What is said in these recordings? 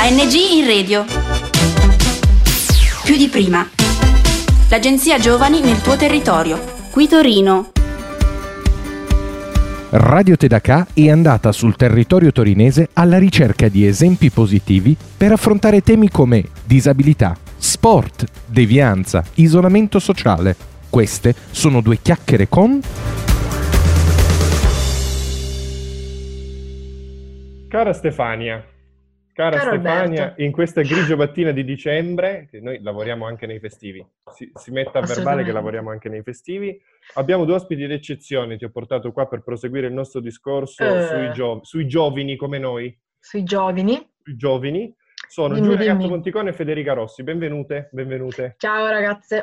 ANG in radio. Più di prima. L'agenzia Giovani nel tuo territorio. Qui Torino. Radio Tedacà è andata sul territorio torinese alla ricerca di esempi positivi per affrontare temi come disabilità, sport, devianza, isolamento sociale. Queste sono due chiacchiere con... Cara Stefania, in questa grigia mattina di dicembre, che noi lavoriamo anche nei festivi, si metta a verbale che lavoriamo anche nei festivi, abbiamo due ospiti d'eccezione, ti ho portato qua per proseguire il nostro discorso sui giovani come noi. Sui giovani? Sui giovani. Sono Giulia Gatto-Ponticone e Federica Rossi, benvenute. Ciao ragazze.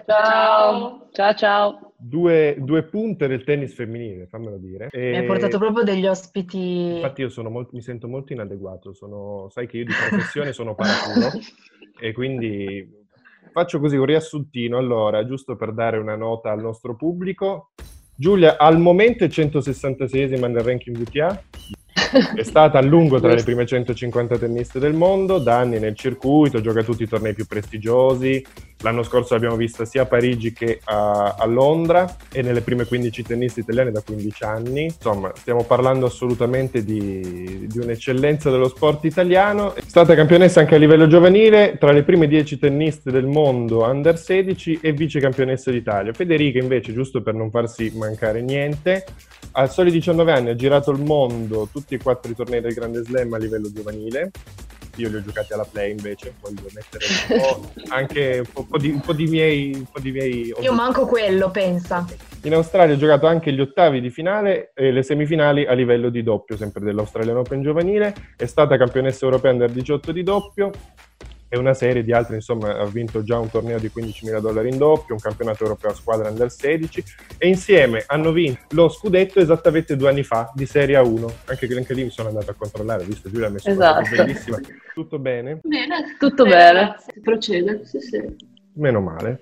Ciao. Due punte del tennis femminile, fammelo dire. Mi hai portato proprio degli ospiti. Infatti io mi sento molto inadeguato, sai che io di professione sono paraculo e quindi faccio così un riassuntino, allora, giusto per dare una nota al nostro pubblico. Giulia al momento è 166esima nel ranking WTA. È stata a lungo tra le prime 150 tenniste del mondo, da anni nel circuito, gioca tutti i tornei più prestigiosi. L'anno scorso l'abbiamo vista sia a Parigi che a Londra e nelle prime 15 tenniste italiane da 15 anni. Insomma, stiamo parlando assolutamente di un'eccellenza dello sport italiano. È stata campionessa anche a livello giovanile, tra le prime 10 tenniste del mondo under 16 e vice campionessa d'Italia. Federica invece, giusto per non farsi mancare niente, a soli 19 anni ha girato il mondo, tutti e 4 i tornei del Grande Slam a livello giovanile. Io li ho giocati alla Play invece, voglio mettere anche un po' di miei... Io manco quello, pensa. In Australia ho giocato anche gli ottavi di finale e le semifinali a livello di doppio, sempre dell'Australian Open giovanile. È stata campionessa europea under 18 di doppio e una serie di altri, insomma, ha vinto già un torneo di $15.000 in doppio, un campionato europeo a squadra under 16 e insieme hanno vinto lo scudetto esattamente 2 anni fa di Serie A1. Anche lì mi sono andato a controlare, visto Giulia ha messo una foto bellissima. Tutto bene? Bene, tutto bene. Si procede, sì. Meno male.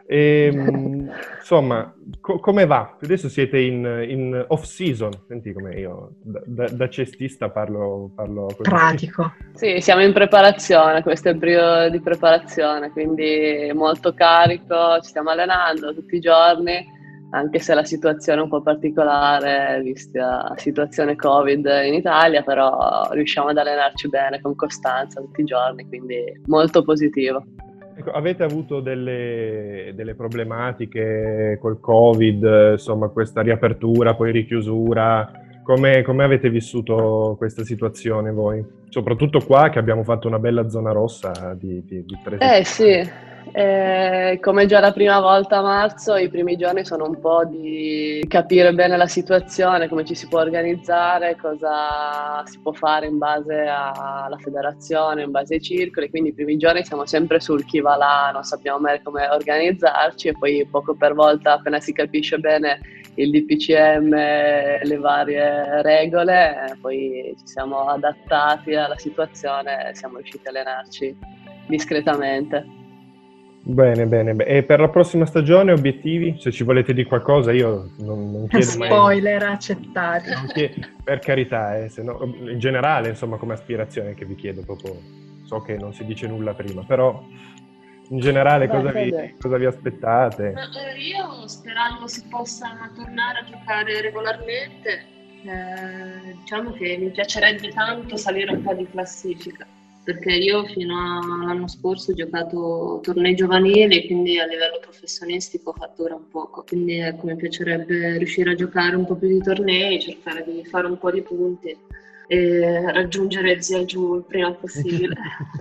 Insomma, come va? Adesso siete in off season, senti come io da cestista parlo così. Pratico. Sì, siamo in preparazione, questo è il periodo di preparazione, quindi molto carico, ci stiamo allenando tutti i giorni, anche se la situazione è un po' particolare, vista la situazione Covid in Italia, però riusciamo ad allenarci bene, con costanza tutti i giorni, quindi molto positivo. Ecco, avete avuto delle problematiche col Covid, insomma, questa riapertura, poi richiusura? Come avete vissuto questa situazione voi? Soprattutto qua che abbiamo fatto una bella zona rossa di presenza. Sì. Come già la prima volta a marzo, i primi giorni sono un po' di capire bene la situazione, come ci si può organizzare, cosa si può fare in base alla federazione, in base ai circoli, quindi i primi giorni siamo sempre sul chi va là, non sappiamo mai come organizzarci e poi poco per volta, appena si capisce bene il DPCM, le varie regole, poi ci siamo adattati alla situazione e siamo riusciti a allenarci discretamente. Bene. E per la prossima stagione obiettivi? Se ci volete dire qualcosa, io non chiedo mai. Spoiler accettati. Per carità, se no, in generale, insomma, come aspirazione che vi chiedo proprio, so che non si dice nulla prima, però in generale cosa vi aspettate? Io sperando si possa tornare a giocare regolarmente, diciamo che mi piacerebbe tanto salire un po' di classifica. Perché io fino all'anno scorso ho giocato tornei giovanili, quindi a livello professionistico ho fatto ora un poco, quindi ecco, mi piacerebbe riuscire a giocare un po' più di tornei, cercare di fare un po' di punti e raggiungere zia Giù il prima possibile.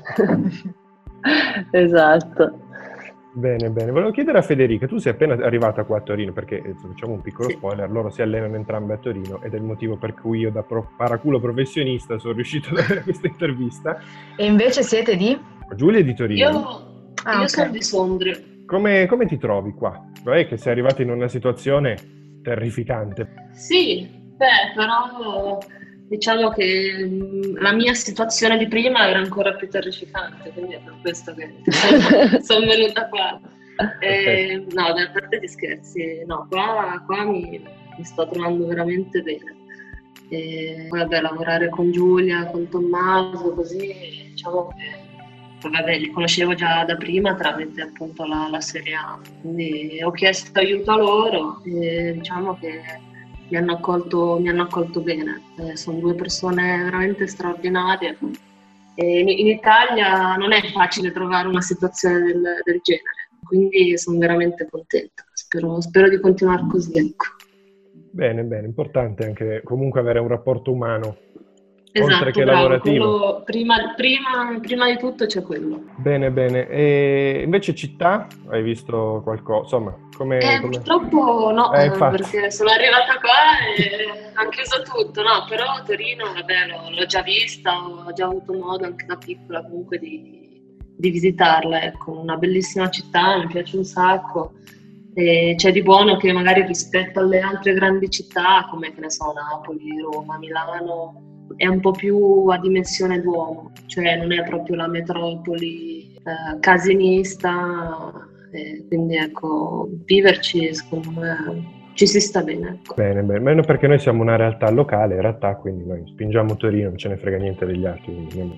Esatto. Bene. Volevo chiedere a Federica, tu sei appena arrivata qua a Torino, perché facciamo un piccolo spoiler, loro si allenano entrambe a Torino ed è il motivo per cui io da paraculo professionista sono riuscito ad avere questa intervista. E invece siete di? Giulia è di Torino. Io okay. sono di Sondrio. Come ti trovi qua? È che sei arrivata in una situazione terrificante. Sì, però diciamo che la mia situazione di prima era ancora più terrificante, quindi è per questo che sono venuta qua. No, a parte gli scherzi, no, qua mi sto trovando veramente bene. E poi vabbè, lavorare con Giulia, con Tommaso, così diciamo che vabbè, li conoscevo già da prima tramite appunto la Serie A, quindi ho chiesto aiuto a loro e diciamo che mi hanno accolto bene. Sono due persone veramente straordinarie e in Italia non è facile trovare una situazione del genere, quindi sono veramente contenta, spero di continuare così, ecco. Bene, importante anche comunque avere un rapporto umano, Esatto, oltre che bravo, lavorativo. prima di tutto c'è quello. Bene. E invece città? Hai visto qualcosa? Insomma, come... Purtroppo no, infatti. perché sono arrivata qua e hanno chiuso tutto, no, però Torino, vabbè, l'ho già vista, ho già avuto modo anche da piccola comunque di visitarla, ecco, una bellissima città, mi piace un sacco. E c'è di buono che magari rispetto alle altre grandi città, come che ne so, Napoli, Roma, Milano, è un po' più a dimensione d'uomo, cioè non è proprio la metropoli casinista, quindi ecco, viverci secondo me ci si sta bene. Ecco. Bene, meno perché noi siamo una realtà locale, in realtà, quindi noi spingiamo Torino, non ce ne frega niente degli altri.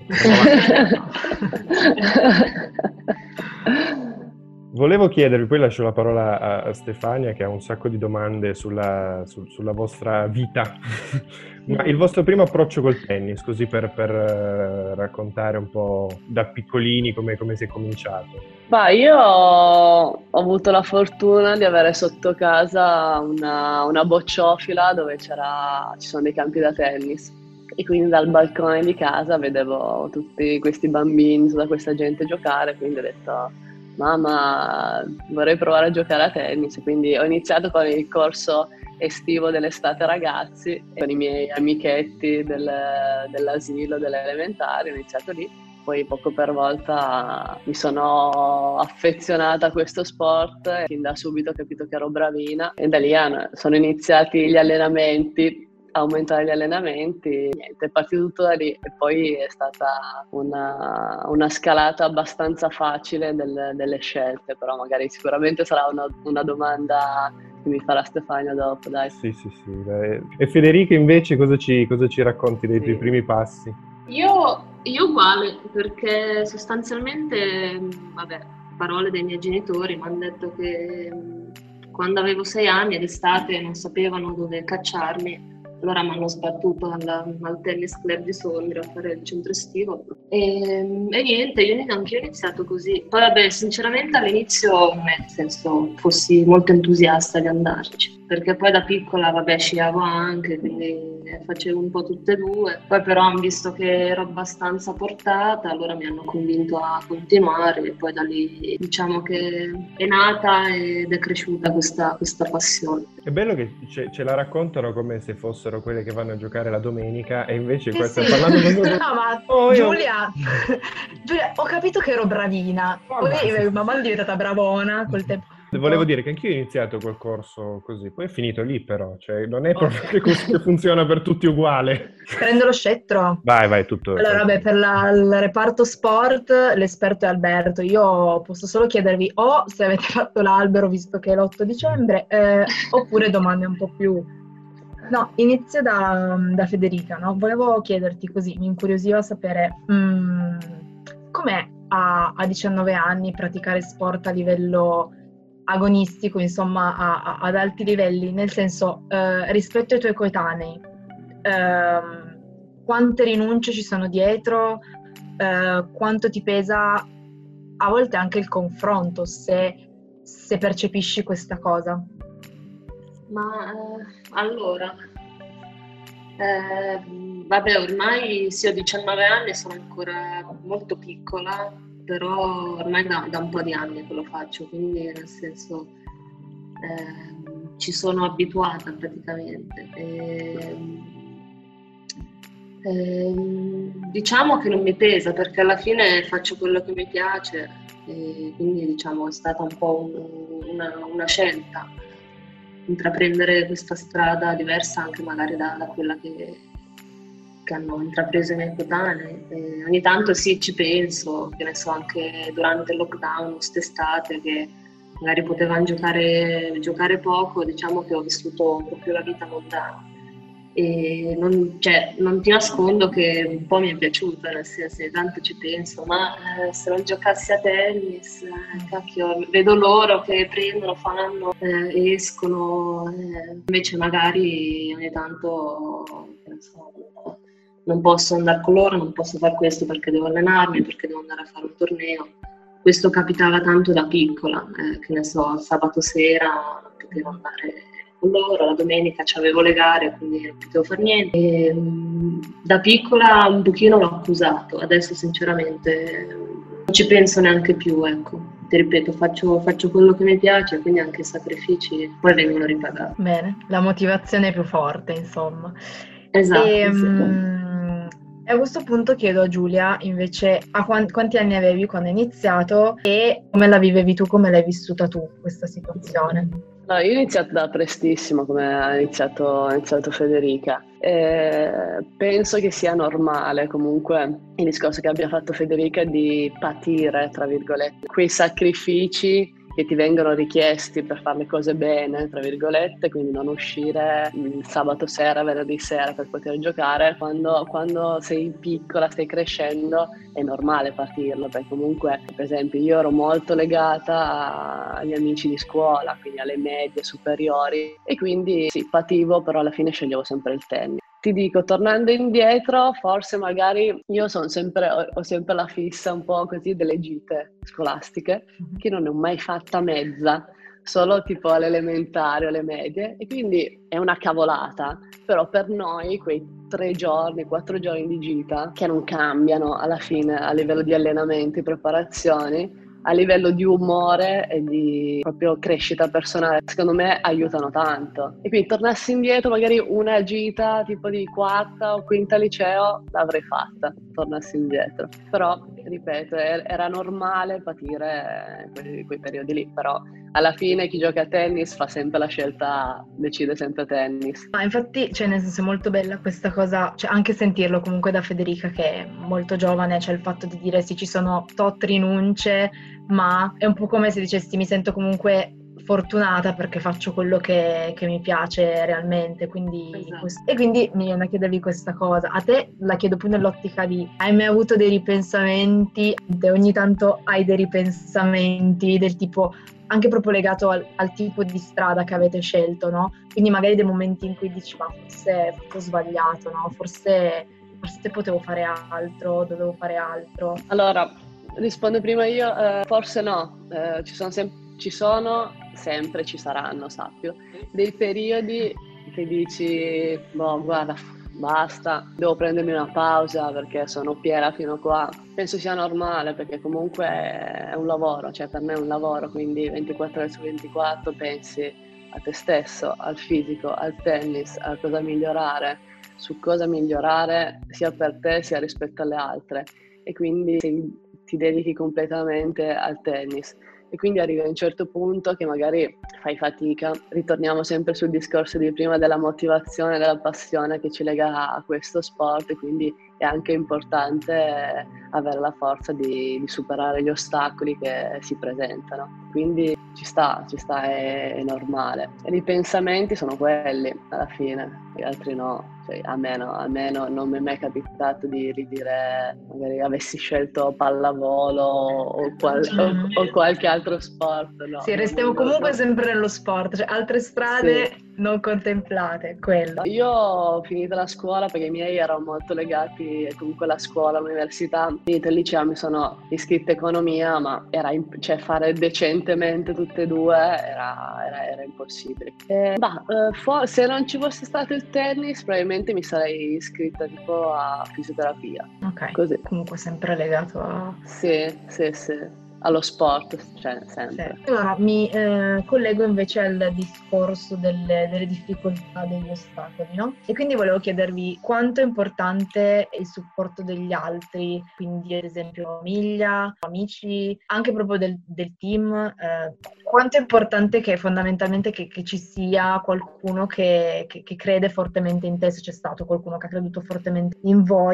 Volevo chiedervi, poi lascio la parola a Stefania che ha un sacco di domande sulla vostra vita, ma il vostro primo approccio col tennis, così per raccontare un po' da piccolini come si è cominciato. Io ho avuto la fortuna di avere sotto casa una bocciofila dove ci sono dei campi da tennis. E quindi dal balcone di casa vedevo tutti questi bambini, tutta questa gente giocare, quindi ho detto mamma, vorrei provare a giocare a tennis, quindi ho iniziato con il corso estivo dell'estate ragazzi, con i miei amichetti dell'asilo, delle elementari, ho iniziato lì, poi poco per volta mi sono affezionata a questo sport e fin da subito ho capito che ero bravina e da lì sono iniziati gli allenamenti, aumentare gli allenamenti, niente, è partito tutto da lì e poi è stata una scalata abbastanza facile delle scelte, però magari sicuramente sarà una domanda che mi farà Stefania dopo, dai. Sì, dai. E Federica invece cosa ci racconti dei tuoi primi passi? Io uguale, perché sostanzialmente, vabbè, parole dei miei genitori mi hanno detto che quando avevo 6 anni d'estate non sapevano dove cacciarmi. Allora mi hanno sbattuto al tennis club di Sondrio a fare il centro estivo e niente, anche io ho iniziato così. Poi vabbè, sinceramente all'inizio, nel senso, fossi molto entusiasta di andarci, perché poi da piccola vabbè sciavo anche, quindi facevo un po' tutte e due. Poi però hanno visto che ero abbastanza portata, allora mi hanno convinto a continuare e poi da lì diciamo che è nata ed è cresciuta questa passione. È bello che ce la raccontano come se fossero quelle che vanno a giocare la domenica e invece Sì, qua sì. stiamo parlando di... No, ma Giulia, ho capito che ero bravina, poi mamma è diventata bravona col tempo. Volevo dire che anch'io ho iniziato quel corso così, poi è finito lì però, cioè non è proprio che funziona per tutti uguale. Prendo lo scettro. Vai, tutto. Allora, vabbè, per il reparto sport l'esperto è Alberto. Io posso solo chiedervi o se avete fatto l'albero, visto che è l'8 dicembre, oppure domande un po' più... No, inizio da Federica, no? Volevo chiederti così, mi incuriosiva sapere com'è a 19 anni praticare sport a livello agonistico, insomma, ad alti livelli, nel senso, rispetto ai tuoi coetanei, quante rinunce ci sono dietro, quanto ti pesa a volte anche il confronto, se percepisci questa cosa. Ma allora, vabbè, ormai sì, ho 19 anni, sono ancora molto piccola, però ormai da un po' di anni che lo faccio, quindi nel senso ci sono abituata praticamente. Diciamo che non mi pesa perché alla fine faccio quello che mi piace e quindi diciamo è stata un po' una scelta intraprendere questa strada diversa anche magari da quella che hanno intrapreso i miei coetanei. Ogni tanto sì, ci penso, che ne so, anche durante il lockdown, quest'estate, che magari potevano giocare poco, diciamo che ho vissuto un po' più la vita mondana. E non ti nascondo che un po' mi è piaciuta, nel senso che tanto ci penso, ma se non giocassi a tennis, cacchio, vedo loro che prendono, fanno, escono, invece magari ogni tanto, che ne so, non posso andare con loro, non posso fare questo perché devo allenarmi, perché devo andare a fare un torneo. Questo capitava tanto da piccola, che ne so, sabato sera potevo andare con loro, la domenica c'avevo le gare, quindi non potevo fare niente. E, da piccola un pochino l'ho accusato, adesso sinceramente non ci penso neanche più, ecco. Ti ripeto, faccio quello che mi piace, quindi anche i sacrifici poi vengono ripagati. Bene, la motivazione è più forte, insomma. Esatto, sì. E a questo punto chiedo a Giulia, invece, quanti anni avevi quando hai iniziato e come la vivevi tu, come l'hai vissuta tu questa situazione? No, io ho iniziato da prestissimo, come ha iniziato Federica. Penso che sia normale comunque il discorso che abbia fatto Federica di patire, tra virgolette, quei sacrifici che ti vengono richiesti per fare le cose bene, tra virgolette, quindi non uscire il sabato sera, venerdì sera per poter giocare. Quando sei piccola, stai crescendo, è normale patirlo, perché comunque, per esempio, io ero molto legata agli amici di scuola, quindi alle medie, superiori, e quindi sì, pativo, però alla fine sceglievo sempre il tennis. Ti dico, tornando indietro, forse magari io ho sempre la fissa un po' così delle gite scolastiche, che non ne ho mai fatta mezza, solo tipo alle elementari o alle medie, e quindi è una cavolata, però per noi quei 3 giorni, 4 giorni di gita, che non cambiano alla fine a livello di allenamenti, preparazioni, a livello di umore e di proprio crescita personale, secondo me aiutano tanto. E quindi tornassi indietro, magari una gita tipo di quarta o quinta liceo l'avrei fatta, tornassi indietro. Però, ripeto, era normale patire quei periodi lì, però alla fine chi gioca a tennis fa sempre la scelta, decide sempre tennis. Ma infatti, cioè, nel senso, è molto bella questa cosa, cioè anche sentirlo comunque da Federica che è molto giovane, cioè il fatto di dire sì, ci sono tot rinunce, ma è un po' come se dicessi mi sento comunque fortunata perché faccio quello che mi piace realmente, quindi Esatto. e quindi mi viene a chiedervi questa cosa. A te la chiedo più nell'ottica di hai mai avuto dei ripensamenti? Ogni tanto hai dei ripensamenti del tipo anche proprio legato al tipo di strada che avete scelto, no? Quindi magari dei momenti in cui dici ma forse ho sbagliato, no? Forse potevo fare altro, dovevo fare altro. Allora, rispondo prima io, forse no, ci sono sempre, ci saranno, sappio, dei periodi che dici, boh, guarda, basta, devo prendermi una pausa perché sono piena fino qua. Penso sia normale perché comunque è un lavoro, cioè per me è un lavoro, quindi 24 ore su 24 pensi a te stesso, al fisico, al tennis, a cosa migliorare, su cosa migliorare sia per te sia rispetto alle altre, e quindi ti dedichi completamente al tennis. E quindi arrivi a un certo punto che magari fai fatica. Ritorniamo sempre sul discorso di prima della motivazione, della passione che ci lega a questo sport, e quindi è anche importante avere la forza di superare gli ostacoli che si presentano. Quindi ci sta, è normale. E i pensamenti sono quelli alla fine, gli altri no. Cioè, almeno non mi è mai capitato di ridire magari avessi scelto pallavolo o qualche altro sport. No, sì, restiamo comunque sempre nello sport, cioè altre strade non contemplate, quello. Io finita la scuola, perché i miei erano molto legati comunque alla scuola, all'università, finito il liceo mi sono iscritta a economia, ma cioè fare decentemente tutte e due era impossibile. Se non ci fosse stato il tennis, probabilmente mi sarei iscritta tipo a fisioterapia. Ok, così. Comunque sempre legato a... Sì, allo sport, cioè sempre. Sì. Allora, mi collego invece al discorso delle difficoltà, degli ostacoli, no? E quindi volevo chiedervi quanto è importante il supporto degli altri, quindi ad esempio famiglia, amici, anche proprio del team, quanto è importante che fondamentalmente che ci sia qualcuno che crede fortemente in te, se c'è stato qualcuno che ha creduto fortemente in voi,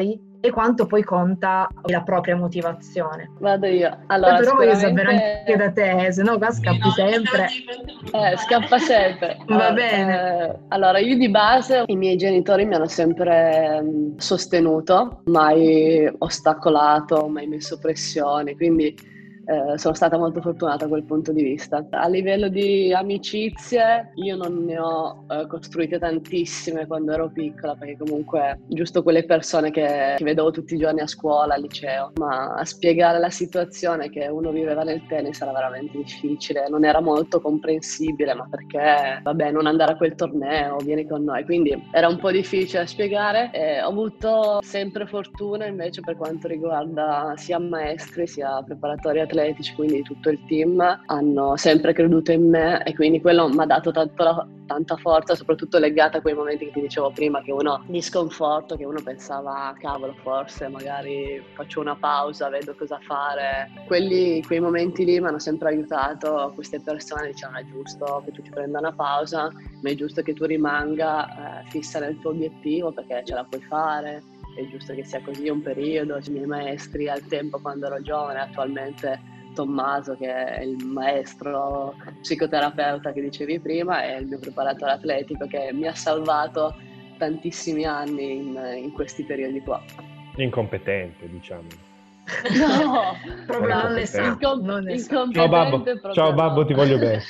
e quanto poi conta la propria motivazione. Vado io. Allora, Però voglio sapere sicuramente... anche da te, se no qua scappi sempre. Scappa sempre. Va bene. Allora, io di base i miei genitori mi hanno sempre sostenuto, mai ostacolato, mai messo pressioni, quindi sono stata molto fortunata da quel punto di vista. A livello di amicizie, io non ne ho costruite tantissime quando ero piccola, perché comunque giusto quelle persone che vedevo tutti i giorni a scuola, al liceo, ma a spiegare la situazione che uno viveva nel tennis era veramente difficile, non era molto comprensibile, ma perché, vabbè, non andare a quel torneo, vieni con noi, quindi era un po' difficile da spiegare. Ho avuto sempre fortuna invece per quanto riguarda sia maestri sia preparatori atletici, quindi tutto il team hanno sempre creduto in me e quindi quello mi ha dato tanta forza, soprattutto legata a quei momenti che ti dicevo prima, che uno di sconforto, che uno pensava cavolo, forse magari faccio una pausa, vedo cosa fare. Quei momenti lì mi hanno sempre aiutato. Queste persone dicevano è giusto che tu ti prenda una pausa, ma è giusto che tu rimanga fissa nel tuo obiettivo perché ce la puoi fare. È giusto che sia così un periodo. I miei maestri al tempo, quando ero giovane, attualmente Tommaso, che è il maestro psicoterapeuta che dicevi prima, e il mio preparatore atletico che mi ha salvato tantissimi anni in questi periodi qua. Incompetente, diciamo. No, proprio non ne sa. Ciao babbo, ciao babbo, ti voglio bene.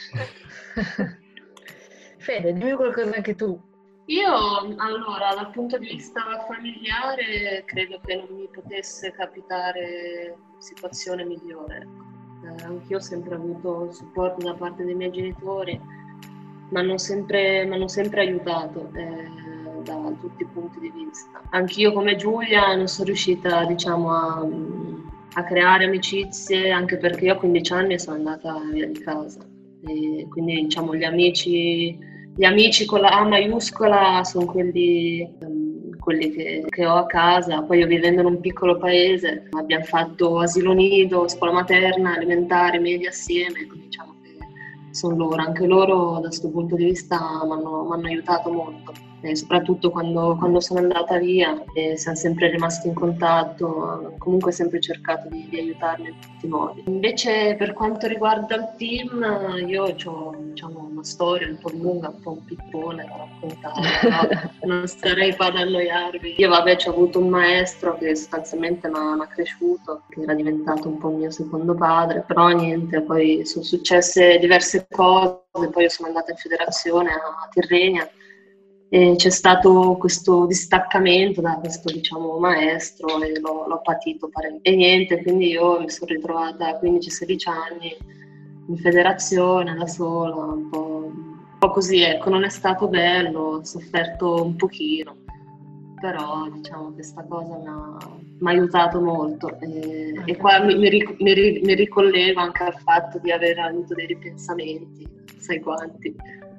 Fede, dimmi qualcosa anche tu. Io, allora, dal punto di vista familiare, credo che non mi potesse capitare situazione migliore. Anch'io ho sempre avuto supporto da parte dei miei genitori, mi hanno sempre aiutato da tutti i punti di vista. Anch'io come Giulia non sono riuscita, diciamo, a creare amicizie, anche perché io a 15 anni sono andata via di casa. E quindi, diciamo, gli amici con la A maiuscola sono quelli che ho a casa. Poi io, vivendo in un piccolo paese, abbiamo fatto asilo nido, scuola materna, elementare, media assieme, quindi diciamo che sono loro. Anche loro da questo punto di vista mi hanno aiutato molto, e soprattutto quando sono andata via, e siamo sempre rimasti in contatto, comunque sempre cercato di aiutarmi in tutti i modi. Invece per quanto riguarda il team, io ho, diciamo, una storia un po' lunga, un po' un pippone da raccontare, no? Non starei qua ad annoiarvi. Io ho avuto un maestro che sostanzialmente mi ha cresciuto, che era diventato un po' il mio secondo padre, però niente, poi sono successe diverse cose, poi io sono andata in federazione a Tirrenia, e c'è stato questo distaccamento da questo, diciamo, maestro, e l'ho patito parecchio. E niente, quindi io mi sono ritrovata a 15-16 anni in federazione da sola, un po' così, ecco. Non è stato bello, ho sofferto un pochino, però diciamo questa cosa mi ha aiutato molto, e qua mi ricollego anche al fatto di aver avuto dei ripensamenti, sai quanti.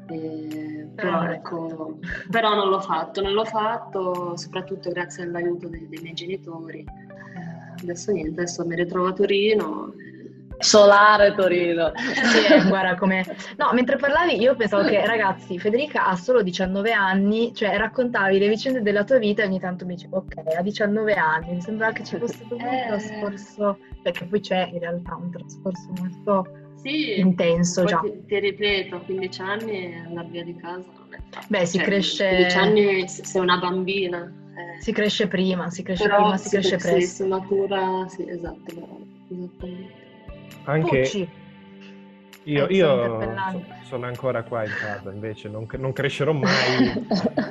Però non l'ho fatto, soprattutto grazie all'aiuto dei miei genitori. Adesso mi ritrovo a Torino. Solare Torino. Sì, guarda come... No, mentre parlavi io pensavo che, ragazzi, Federica ha solo 19 anni, cioè raccontavi le vicende della tua vita e ogni tanto mi dicevo, ok, ha 19 anni, mi sembrava che ci fosse stato un trascorso, perché poi c'è in realtà un trascorso molto intenso già. Ti ripeto, a 15 anni andare via di casa non è facile. Beh, si cresce... A 15 anni sei una bambina. Si cresce prima, si cresce presto. Si matura, sì, esatto, esattamente. Anche Pucci. io sono ancora qua in casa, invece non crescerò mai,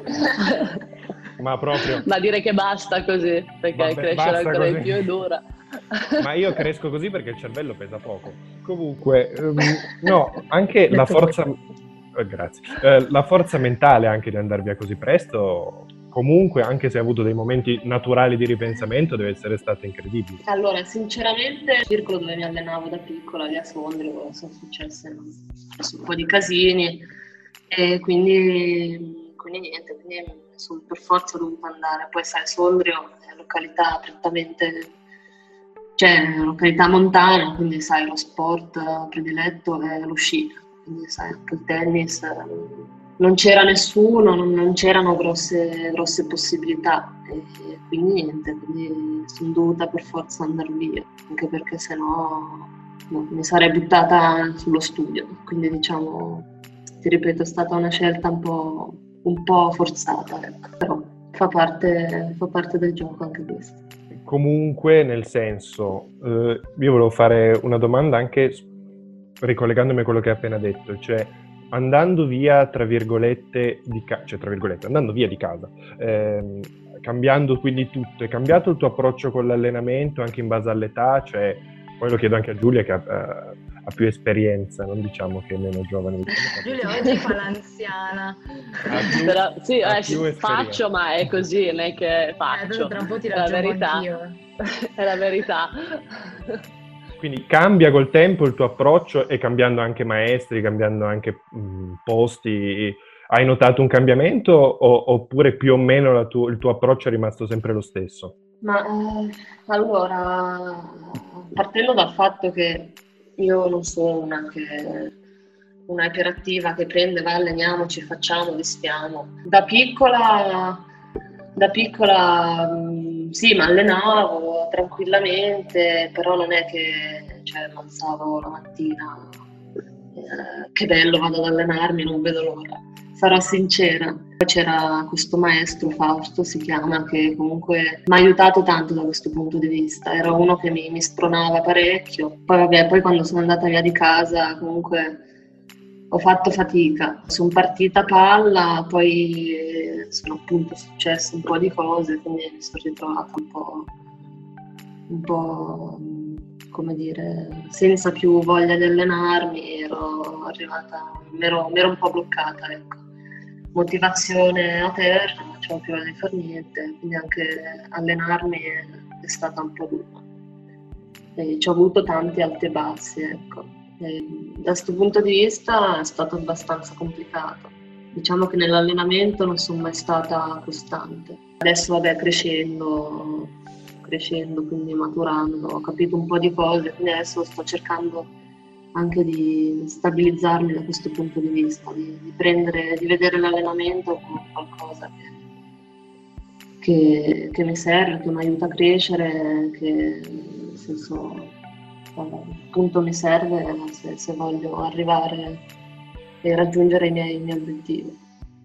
ma proprio... Ma dire che basta così, perché crescere ancora così. Di più è dura. Ma io cresco così perché il cervello pesa poco. Comunque, no, anche la forza... grazie. La forza mentale anche di andare via così presto... Comunque, anche se hai avuto dei momenti naturali di ripensamento, deve essere stata incredibile. Allora, sinceramente, il circolo dove mi allenavo da piccola, lì a Sondrio, sono successe un po' di casini, e quindi niente, quindi sono per forza dovuta andare. Poi sai, Sondrio è località prettamente, cioè località montana, quindi sai, lo sport prediletto è lo sci, quindi sai, anche il tennis non c'era nessuno, non c'erano grosse possibilità e quindi niente, quindi sono dovuta per forza andare via, anche perché sennò mi sarei buttata sullo studio, quindi diciamo, ti ripeto, è stata una scelta un po' forzata, ecco. Però fa parte del gioco anche questo. Comunque, nel senso, io volevo fare una domanda anche ricollegandomi a quello che hai appena detto, cioè andando via, tra virgolette, andando via di casa, cambiando quindi tutto, è cambiato il tuo approccio con l'allenamento anche in base all'età? Cioè, poi lo chiedo anche a Giulia che ha più esperienza, non diciamo che è meno giovane. Giulia oggi fa l'anziana. Però, sì, più faccio, ma è così, non è che faccio. Tra un po' ti è la raggiungo verità. anch'io. È la verità. Quindi cambia col tempo il tuo approccio e cambiando anche maestri, cambiando anche posti. Hai notato un cambiamento oppure più o meno il tuo approccio è rimasto sempre lo stesso? Ma allora, partendo dal fatto che io non sono una iperattiva che prende, va, alleniamoci, facciamo, vestiamo. Da piccola sì, mi allenavo tranquillamente, però non è che mi alzavo la mattina, che bello, vado ad allenarmi, non vedo l'ora. Sarò sincera. C'era questo maestro, Fausto si chiama, che comunque mi ha aiutato tanto da questo punto di vista. Era uno che mi spronava parecchio. Poi quando sono andata via di casa comunque ho fatto fatica. Sono partita a palla, poi sono appunto successe un po' di cose, quindi mi sono ritrovata un po' come dire, senza più voglia di allenarmi, ero arrivata, mi ero un po' bloccata, ecco. Motivazione a terra, non c'avevo più voglia di fare niente, quindi anche allenarmi è stata un po' dura. E ci ho avuto tanti alti e bassi, ecco. E da questo punto di vista è stato abbastanza complicato. Diciamo che nell'allenamento non sono mai stata costante. Adesso crescendo, quindi maturando, ho capito un po' di cose, quindi adesso sto cercando anche di stabilizzarmi da questo punto di vista, di vedere l'allenamento come qualcosa che mi serve, che mi aiuta a crescere, che nel senso appunto mi serve se voglio arrivare e raggiungere i miei obiettivi.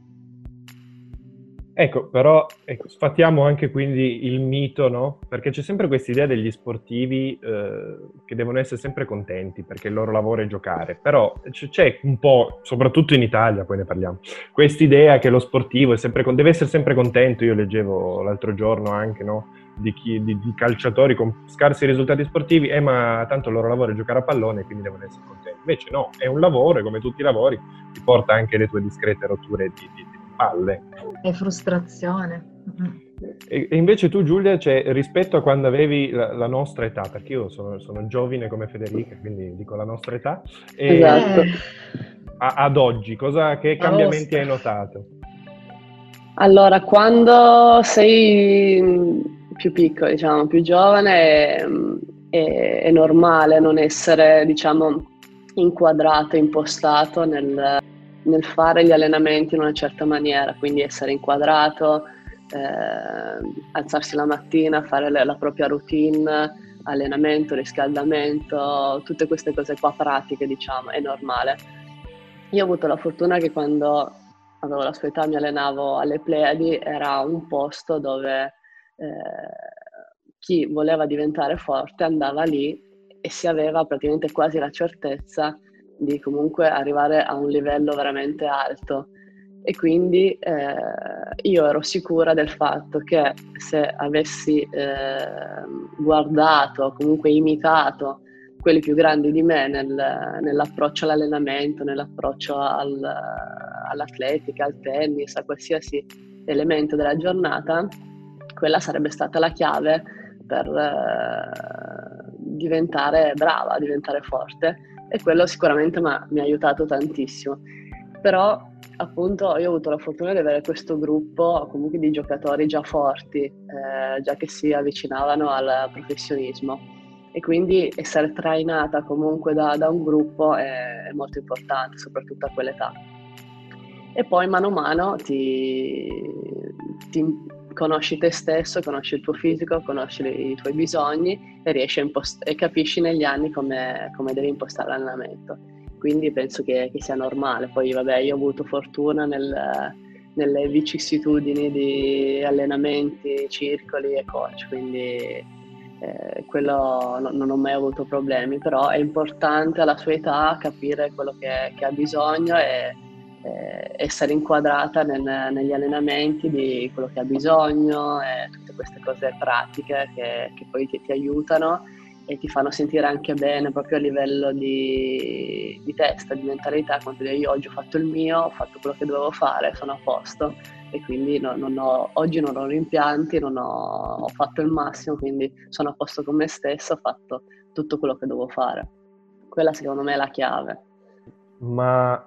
Ecco, però sfatiamo anche quindi il mito, no? Perché c'è sempre questa idea degli sportivi che devono essere sempre contenti perché il loro lavoro è giocare, però c'è un po', soprattutto in Italia, poi ne parliamo, quest'idea che lo sportivo deve essere sempre contento. Io leggevo l'altro giorno anche, no? Di calciatori con scarsi risultati sportivi, ma tanto il loro lavoro è giocare a pallone, quindi devono essere contenti. Invece no, è un lavoro e come tutti i lavori ti porta anche le tue discrete rotture di palle. E frustrazione. E invece tu, Giulia, rispetto a quando avevi la nostra età, perché io sono giovane come Federica, quindi dico la nostra età, Esatto. ad oggi, che cambiamenti hai notato? Allora, quando sei più piccolo, diciamo, più giovane, è normale non essere, diciamo, inquadrato, impostato nel fare gli allenamenti in una certa maniera, quindi essere inquadrato, alzarsi la mattina, fare la propria routine, allenamento, riscaldamento, tutte queste cose qua pratiche, diciamo, è normale. Io ho avuto la fortuna che quando avevo la sua età mi allenavo alle Pleiadi, era un posto dove chi voleva diventare forte andava lì e si aveva praticamente quasi la certezza di comunque arrivare a un livello veramente alto. E quindi io ero sicura del fatto che se avessi guardato, comunque imitato quelli più grandi di me nell'approccio all'allenamento, nell'approccio all'atletica, al tennis, a qualsiasi elemento della giornata, quella sarebbe stata la chiave per diventare brava, diventare forte, e quello sicuramente mi ha aiutato tantissimo. Però appunto io ho avuto la fortuna di avere questo gruppo comunque di giocatori già forti, già che si avvicinavano al professionismo, e quindi essere trainata comunque da un gruppo è molto importante, soprattutto a quell'età. e poi mano a mano ti conosci te stesso, conosci il tuo fisico, conosci i tuoi bisogni e riesci e capisci negli anni come devi impostare l'allenamento. Quindi penso che sia normale. Poi vabbè, io ho avuto fortuna nelle vicissitudini di allenamenti, circoli e coach, quindi quello non ho mai avuto problemi, però è importante alla sua età capire quello che ha bisogno e essere inquadrata negli allenamenti di quello che ha bisogno e tutte queste cose pratiche che poi ti aiutano e ti fanno sentire anche bene proprio a livello di testa, di mentalità, quando io oggi ho fatto il mio, ho fatto quello che dovevo fare, sono a posto e quindi oggi non ho rimpianti, ho fatto il massimo, quindi sono a posto con me stesso, ho fatto tutto quello che dovevo fare. Quella secondo me è la chiave. Ma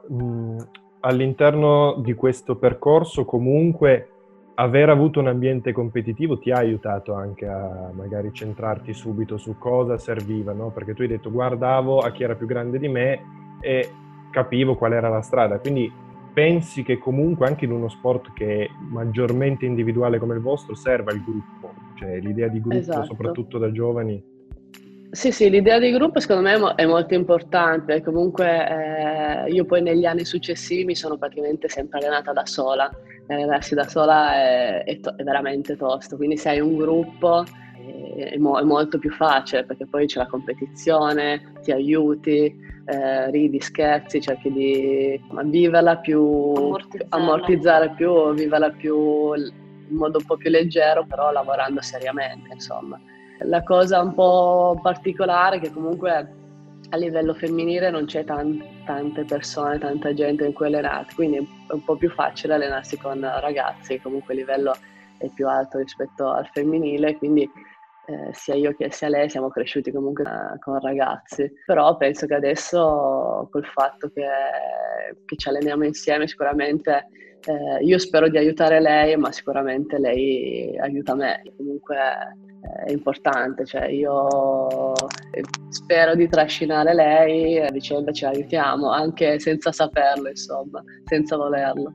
all'interno di questo percorso comunque aver avuto un ambiente competitivo ti ha aiutato anche a magari centrarti subito su cosa serviva, no? Perché tu hai detto guardavo a chi era più grande di me e capivo qual era la strada, quindi pensi che comunque anche in uno sport che è maggiormente individuale come il vostro serva il gruppo, cioè l'idea di gruppo, esatto, soprattutto da giovani? Sì, l'idea di gruppo secondo me è molto importante. Comunque io poi negli anni successivi mi sono praticamente sempre allenata da sola. Allenarsi da sola è veramente tosto, quindi se hai un gruppo è molto più facile, perché poi c'è la competizione, ti aiuti, ridi, scherzi, cerchi di viverla più, ammortizzare più, viverla più in modo un po' più leggero, però lavorando seriamente, insomma. La cosa un po' particolare è che comunque a livello femminile non c'è tante persone, tanta gente in cui allenarsi, quindi è un po' più facile allenarsi con ragazzi, comunque il livello è più alto rispetto al femminile, quindi sia io che sia lei siamo cresciuti comunque con ragazzi. Però penso che adesso col fatto che ci alleniamo insieme sicuramente io spero di aiutare lei, ma sicuramente lei aiuta me. Comunque è importante, cioè io spero di trascinare lei e a vicenda ci aiutiamo, anche senza saperlo, insomma, senza volerlo.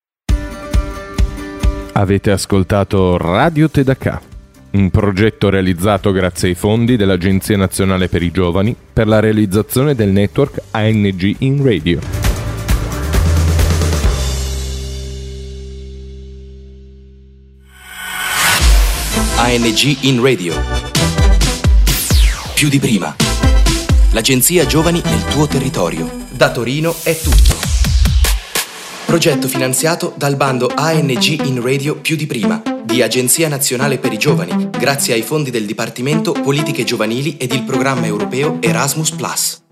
Avete ascoltato Radio Tedaka, un progetto realizzato grazie ai fondi dell'Agenzia Nazionale per i Giovani per la realizzazione del network ANG in Radio. ANG in Radio. Più di prima. L'agenzia Giovani nel tuo territorio. Da Torino è tutto. Progetto finanziato dal bando ANG in Radio Più di prima di Agenzia Nazionale per i Giovani, grazie ai fondi del Dipartimento Politiche Giovanili ed il programma europeo Erasmus+.